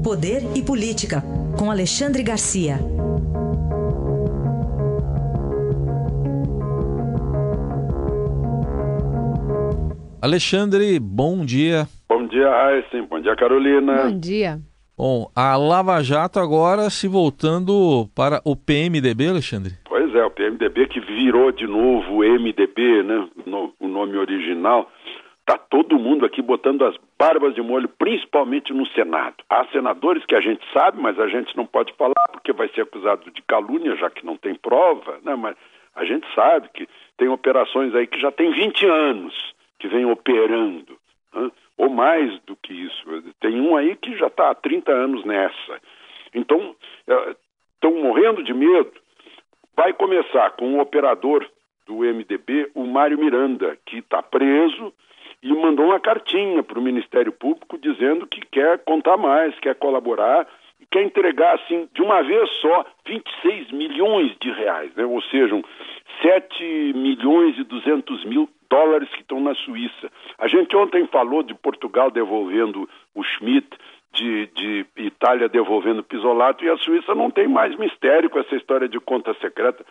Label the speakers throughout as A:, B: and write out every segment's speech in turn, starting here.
A: Poder e Política, com Alexandre Garcia.
B: Alexandre, bom dia.
C: Bom dia, Aysen. Bom dia, Carolina.
D: Bom dia.
B: Bom, a Lava Jato agora se voltando para o PMDB, Alexandre?
C: Pois é, o PMDB que virou de novo o MDB, né? O nome original. Tá todo mundo aqui botando as barbas de molho, principalmente no Senado. Há senadores que a gente sabe, mas a gente não pode falar porque vai ser acusado de calúnia, já que não tem prova, né? Mas a gente sabe que tem operações aí que já tem 20 anos que vem operando, né? Ou mais do que isso. Tem um aí que já está há 30 anos nessa. Então, estão morrendo de medo. Vai começar com o operador do MDB, o Mário Miranda, que está preso e mandou uma cartinha para o Ministério Público dizendo que quer contar mais, quer colaborar e quer entregar, assim, de uma vez só, 26 milhões de reais, né? Ou seja, 7 milhões e 200 mil dólares que estão na Suíça. A gente ontem falou de Portugal devolvendo o Schmidt, de Itália devolvendo o Pisolato, e a Suíça não tem mais mistério com essa história de conta secreta.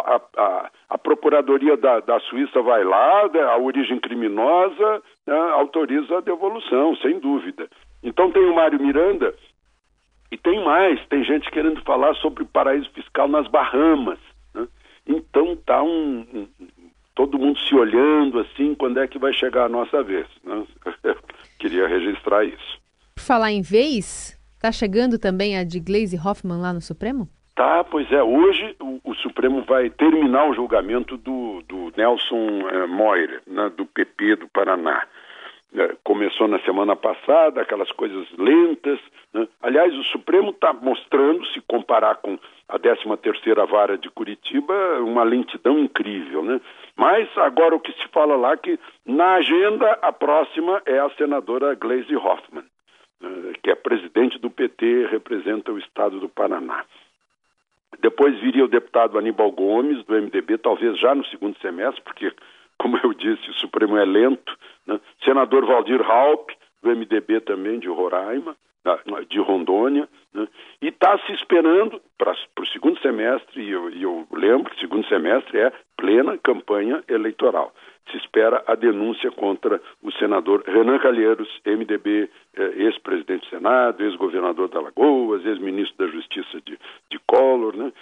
C: A Procuradoria da Suíça vai lá, a origem criminosa, né, autoriza a devolução, sem dúvida. Então tem o Mário Miranda e tem mais, tem gente querendo falar sobre paraíso fiscal nas Bahamas, né? Então tá todo mundo se olhando assim, quando é que vai chegar a nossa vez, né? Eu queria registrar isso.
D: Por falar em vez, tá chegando também a de Gleisi Hoffmann lá no Supremo?
C: Tá, pois é. Hoje o Supremo vai terminar o julgamento do Nelson Moira, né, do PP do Paraná. Começou na semana passada, aquelas coisas lentas, né? Aliás, o Supremo está mostrando, se comparar com a 13ª Vara de Curitiba, uma lentidão incrível, né? Mas agora o que se fala lá é que na agenda a próxima é a senadora Gleisi Hoffmann, que é presidente do PT, representa o estado do Paraná. Depois viria o deputado Aníbal Gomes, do MDB, talvez já no segundo semestre, porque, como eu disse, o Supremo é lento, né? Senador Waldir Raupp, do MDB também, de Roraima, de Rondônia, né? E está se esperando para o segundo semestre, e eu lembro que o segundo semestre é plena campanha eleitoral. Se espera a denúncia contra o senador Renan Calheiros, MDB, ex-presidente do Senado, ex-governador da Alagoas, ex-ministro da Justiça de Collor, né?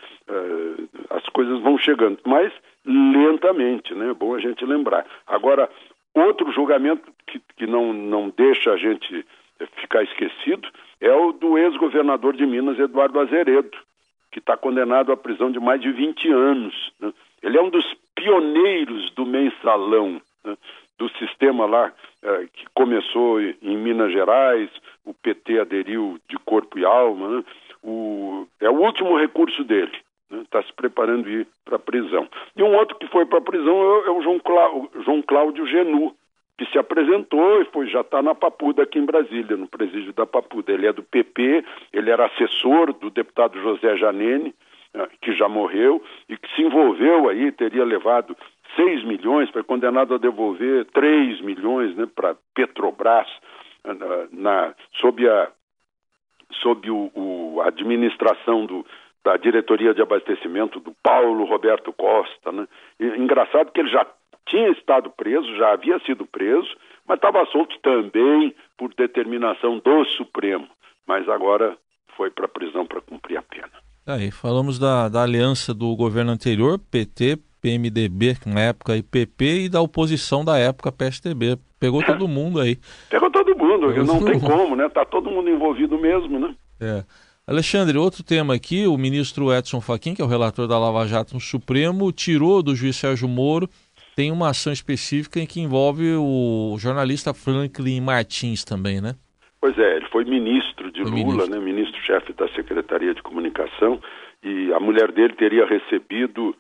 C: As coisas vão chegando, mas lentamente, né? É bom a gente lembrar. Agora, outro julgamento que não deixa a gente ficar esquecido é o do ex-governador de Minas, Eduardo Azeredo, que está condenado à prisão de mais de 20 anos, né? Ele é um dos pioneiros do mensalão, né? Do sistema lá que começou em Minas Gerais, o PT aderiu de corpo e alma, né? É o último recurso dele, né? Está se preparando ir para a prisão. E um outro que foi para a prisão é o João Cláudio Genu, que se apresentou e já está na Papuda aqui em Brasília, no presídio da Papuda. Ele é do PP, ele era assessor do deputado José Janene, que já morreu, e que se envolveu aí, teria levado 6 milhões, foi condenado a devolver 3 milhões, né, para Petrobras, sob a administração da diretoria de abastecimento do Paulo Roberto Costa, né? E, engraçado que ele já tinha estado preso, já havia sido preso, mas estava solto também por determinação do Supremo, mas agora foi para a prisão para cumprir a pena.
B: Aí, falamos da aliança do governo anterior, PT, PMDB, na época aí PP, e da oposição da época, PSDB. Pegou todo mundo aí.
C: Pegou todo mundo, não tem como, né? Tá todo mundo envolvido mesmo, né?
B: Alexandre, outro tema aqui, o ministro Edson Fachin, que é o relator da Lava Jato no Supremo, tirou do juiz Sérgio Moro. Tem uma ação específica em que envolve o jornalista Franklin Martins também, né?
C: Pois é, ele foi ministro de Lula, né? Ministro-chefe da Secretaria de Comunicação, e a mulher dele teria recebido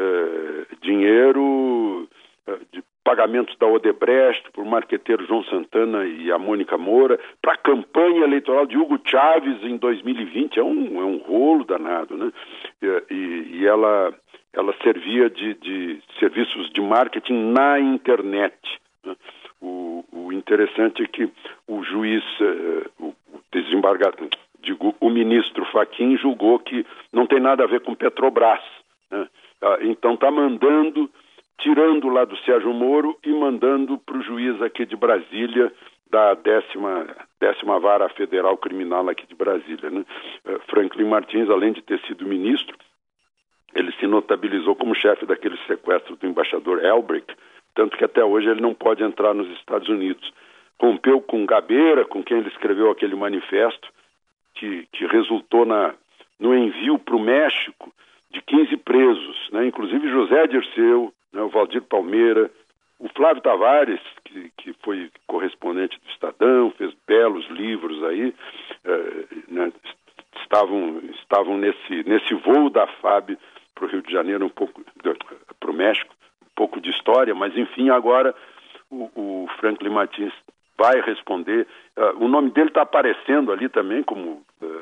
C: dinheiro de pagamentos da Odebrecht por marqueteiro João Santana e a Mônica Moura para a campanha eleitoral de Hugo Chávez em 2020. É um rolo danado, né? E ela servia de serviços de marketing na internet, né? O interessante é que o juiz, o ministro Fachin julgou que não tem nada a ver com Petrobras, né? Então está tirando lá do Sérgio Moro e mandando para o juiz aqui de Brasília, da 10ª Vara Federal Criminal aqui de Brasília, né? Franklin Martins, além de ter sido ministro, ele se notabilizou como chefe daquele sequestro do embaixador Elbrick, tanto que até hoje ele não pode entrar nos Estados Unidos. Rompeu com Gabeira, com quem ele escreveu aquele manifesto, que resultou no envio para o México de 15 presos, né? Inclusive José Dirceu, né? O Valdir Palmeira, o Flávio Tavares, que foi correspondente do Estadão, fez belos livros aí, né? Estavam nesse voo da FAB para o Rio de Janeiro, para o México, um pouco de história, mas enfim, agora o Franklin Martins vai responder. O nome dele está aparecendo ali também como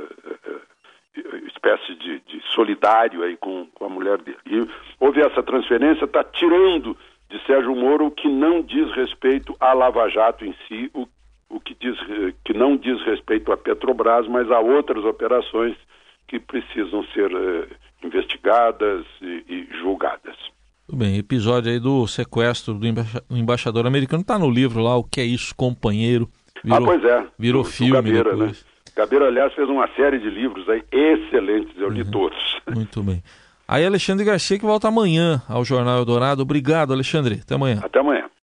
C: espécie de solidário aí com a mulher dele. E houve essa transferência, está tirando de Sérgio Moro o que não diz respeito à Lava Jato em si, que não diz respeito à Petrobras, mas a outras operações que precisam ser investigadas e julgadas.
B: Tudo bem, episódio aí do sequestro do embaixador americano, está no livro lá, O Que é Isso, Companheiro?
C: Pois é.
B: Virou filme
C: Gabeira,
B: depois.
C: Né? Gabeira, aliás, fez uma série de livros aí excelentes, eu li todos.
B: Muito bem. Aí Alexandre Garcia, que volta amanhã ao Jornal Eldorado. Obrigado, Alexandre. Até amanhã.
C: Até amanhã.